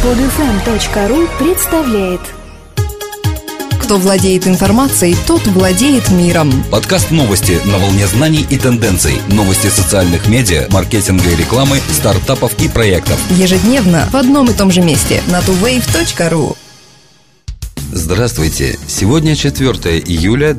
Podfm.ru представляет. Кто владеет информацией, тот владеет миром. Подкаст новости на волне знаний и тенденций. Новости социальных медиа, маркетинга и рекламы, стартапов и проектов. Ежедневно в одном и том же месте на tuwave.ru. Здравствуйте! Сегодня 4 июля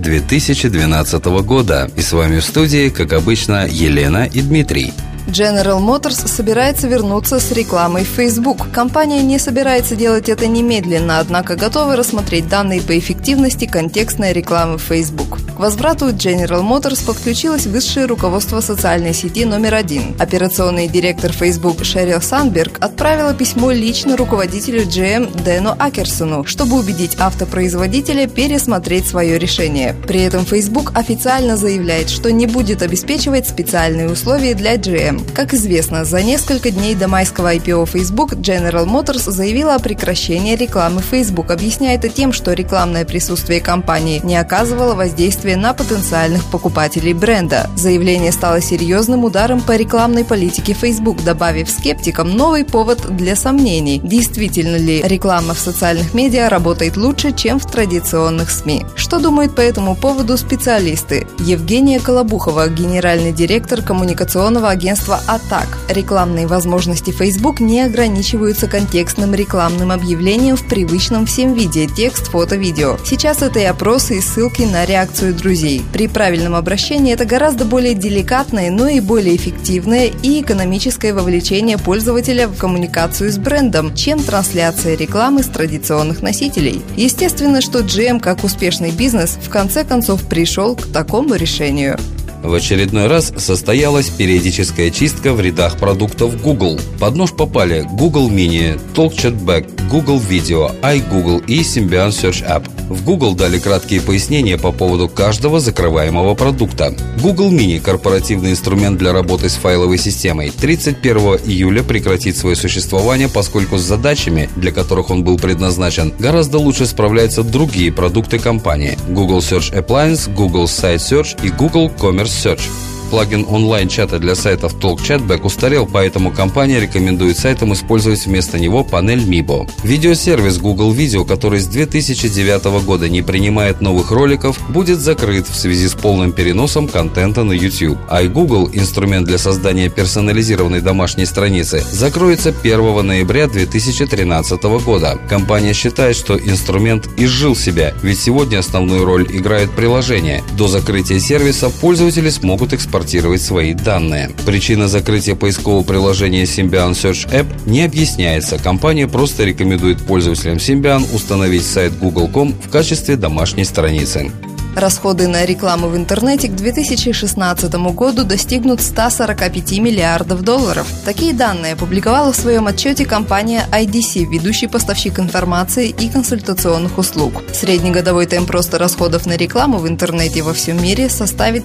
2012 года. И с вами в студии, как обычно, Елена и Дмитрий. General Motors собирается вернуться с рекламой в Facebook. Компания не собирается делать это немедленно, однако готова рассмотреть данные по эффективности контекстной рекламы в Facebook. К возврату General Motors подключилось высшее руководство социальной сети номер 1. Операционный директор Facebook Шерил Сандберг отправила письмо лично руководителю GM Дэну Акерсону, чтобы убедить автопроизводителя пересмотреть свое решение. При этом Facebook официально заявляет, что не будет обеспечивать специальные условия для GM. Как известно, за несколько дней до майского IPO Facebook General Motors заявила о прекращении рекламы Facebook, объясняя это тем, что рекламное присутствие компании не оказывало воздействия на потенциальных покупателей бренда. Заявление стало серьезным ударом по рекламной политике Facebook, добавив скептикам новый повод для сомнений, действительно ли реклама в социальных медиа работает лучше, чем в традиционных СМИ. Что думают по этому поводу специалисты? Евгения Колобухова, генеральный директор коммуникационного агентства «Атак». Рекламные возможности Facebook не ограничиваются контекстным рекламным объявлением в привычном всем виде – текст, фото, видео. Сейчас это и опросы, и ссылки на реакцию друзей. При правильном обращении это гораздо более деликатное, но и более эффективное и экономическое вовлечение пользователя в коммуникацию с брендом, чем трансляция рекламы с традиционных носителей. Естественно, что GM, как успешный бизнес, в конце концов пришел к такому решению. В очередной раз состоялась периодическая чистка в рядах продуктов Google. Под нож попали Google Mini, TalkChatBack, Google Video, iGoogle и Symbian Search App. В Google дали краткие пояснения по поводу каждого закрываемого продукта. Google Mini – корпоративный инструмент для работы с файловой системой. 31 июля прекратит свое существование, поскольку с задачами, для которых он был предназначен, гораздо лучше справляются другие продукты компании – Google Search Appliance, Google Site Search и Google Commerce Search. Плагин онлайн-чата для сайтов TalkChatBack устарел, поэтому компания рекомендует сайтам использовать вместо него панель Mibo. Видеосервис Google Video, который с 2009 года не принимает новых роликов, будет закрыт в связи с полным переносом контента на YouTube. iGoogle, инструмент для создания персонализированной домашней страницы, закроется 1 ноября 2013 года. Компания считает, что инструмент изжил себя, ведь сегодня основную роль играет приложение. До закрытия сервиса пользователи смогут экспортировать свои данные. Причина закрытия поискового приложения Symbian Search App не объясняется. Компания просто рекомендует пользователям Symbian установить сайт Google.com в качестве домашней страницы. Расходы на рекламу в интернете к 2016 году достигнут 145 миллиардов долларов. Такие данные опубликовала в своем отчете компания IDC, ведущий поставщик информации и консультационных услуг. Среднегодовой темп роста расходов на рекламу в интернете во всем мире составит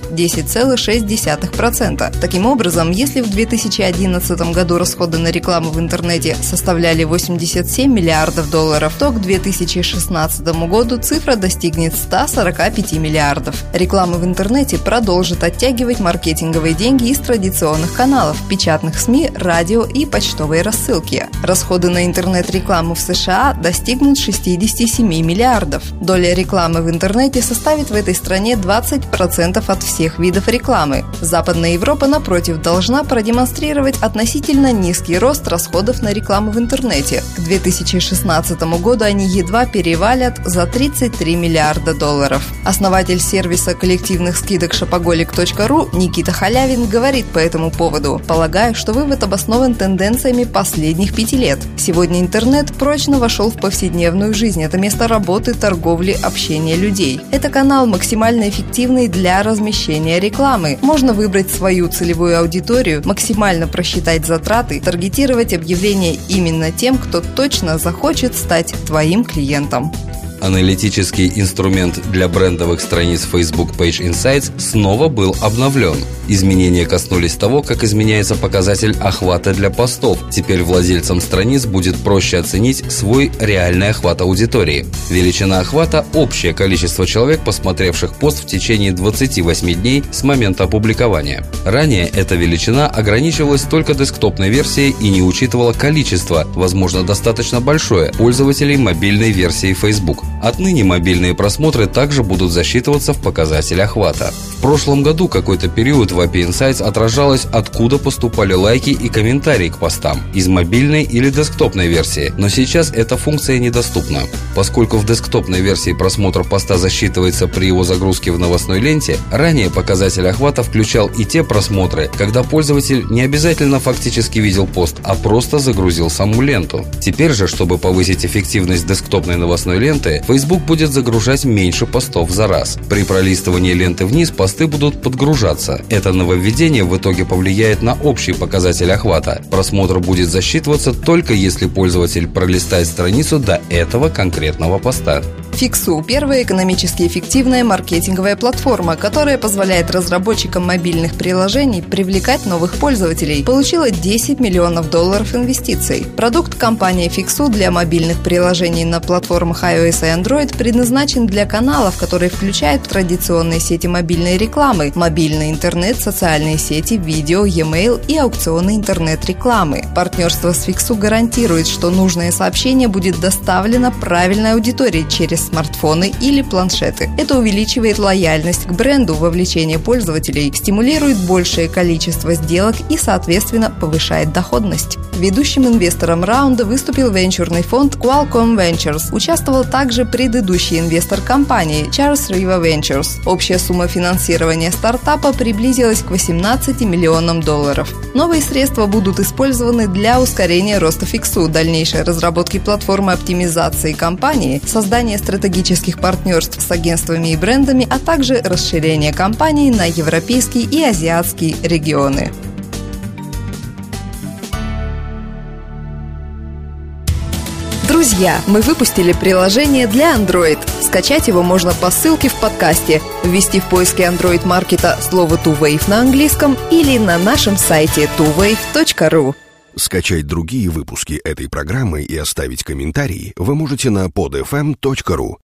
10,6%. Таким образом, если в 2011 году расходы на рекламу в интернете составляли 87 миллиардов долларов, то к 2016 году цифра достигнет 145 миллиардов. Реклама в интернете продолжит оттягивать маркетинговые деньги из традиционных каналов, печатных СМИ, радио и почтовые рассылки. Расходы на интернет-рекламу в США достигнут 67 миллиардов. Доля рекламы в интернете составит в этой стране 20% от всех видов рекламы. Западная Европа, напротив, должна продемонстрировать относительно низкий рост расходов на рекламу в интернете. К 2016 году они едва перевалят за 33 миллиарда долларов. Основатель сервиса коллективных скидок shopaholic.ru Никита Халявин говорит по этому поводу: «Полагаю, что вывод обоснован тенденциями последних 5 лет. Сегодня интернет прочно вошел в повседневную жизнь. Это место работы, торговли, общения людей. Это канал максимально эффективный для размещения рекламы. Можно выбрать свою целевую аудиторию, максимально просчитать затраты, таргетировать объявления именно тем, кто точно захочет стать твоим клиентом». Аналитический инструмент для брендовых страниц Facebook Page Insights снова был обновлен. Изменения коснулись того, как изменяется показатель охвата для постов. Теперь владельцам страниц будет проще оценить свой реальный охват аудитории. Величина охвата – общее количество человек, посмотревших пост в течение 28 дней с момента опубликования. Ранее эта величина ограничивалась только десктопной версией и не учитывала количество, возможно, достаточно большое, пользователей мобильной версии Facebook. Отныне мобильные просмотры также будут засчитываться в показатель охвата. В прошлом году какой-то период в API Insights отражалось, откуда поступали лайки и комментарии к постам – из мобильной или десктопной версии, но сейчас эта функция недоступна. Поскольку в десктопной версии просмотр поста засчитывается при его загрузке в новостной ленте, ранее показатель охвата включал и те просмотры, когда пользователь не обязательно фактически видел пост, а просто загрузил саму ленту. Теперь же, чтобы повысить эффективность десктопной новостной ленты, Facebook будет загружать меньше постов за раз. При пролистывании ленты вниз посты будут подгружаться. Это нововведение в итоге повлияет на общий показатель охвата. Просмотр будет засчитываться только если пользователь пролистает страницу до этого конкретного поста. Fixu – первая экономически эффективная маркетинговая платформа, которая позволяет разработчикам мобильных приложений привлекать новых пользователей, получила $10 миллионов инвестиций. Продукт компании Fixu для мобильных приложений на платформах iOS и Android предназначен для каналов, которые включают традиционные сети мобильной рекламы, мобильный интернет, социальные сети, видео, e-mail и аукционы интернет-рекламы. Партнерство с Fixu гарантирует, что нужное сообщение будет доставлено правильной аудитории через смартфоны или планшеты. Это увеличивает лояльность к бренду, вовлечение пользователей, стимулирует большее количество сделок и, соответственно, повышает доходность. Ведущим инвестором раунда выступил венчурный фонд Qualcomm Ventures. Участвовал также предыдущий инвестор компании Charles River Ventures. Общая сумма финансирования стартапа приблизилась к $18 миллионам. Новые средства будут использованы для ускорения роста Fixu, дальнейшей разработки платформы оптимизации компании, создания стратегических партнерств с агентствами и брендами, а также расширения компании на европейские и азиатские регионы. Друзья, мы выпустили приложение для Android. Скачать его можно по ссылке в подкасте, ввести в поиске Android маркета слово TwoWave на английском или на нашем сайте twowave.ru. Скачать другие выпуски этой программы и оставить комментарии вы можете на podfm.ru.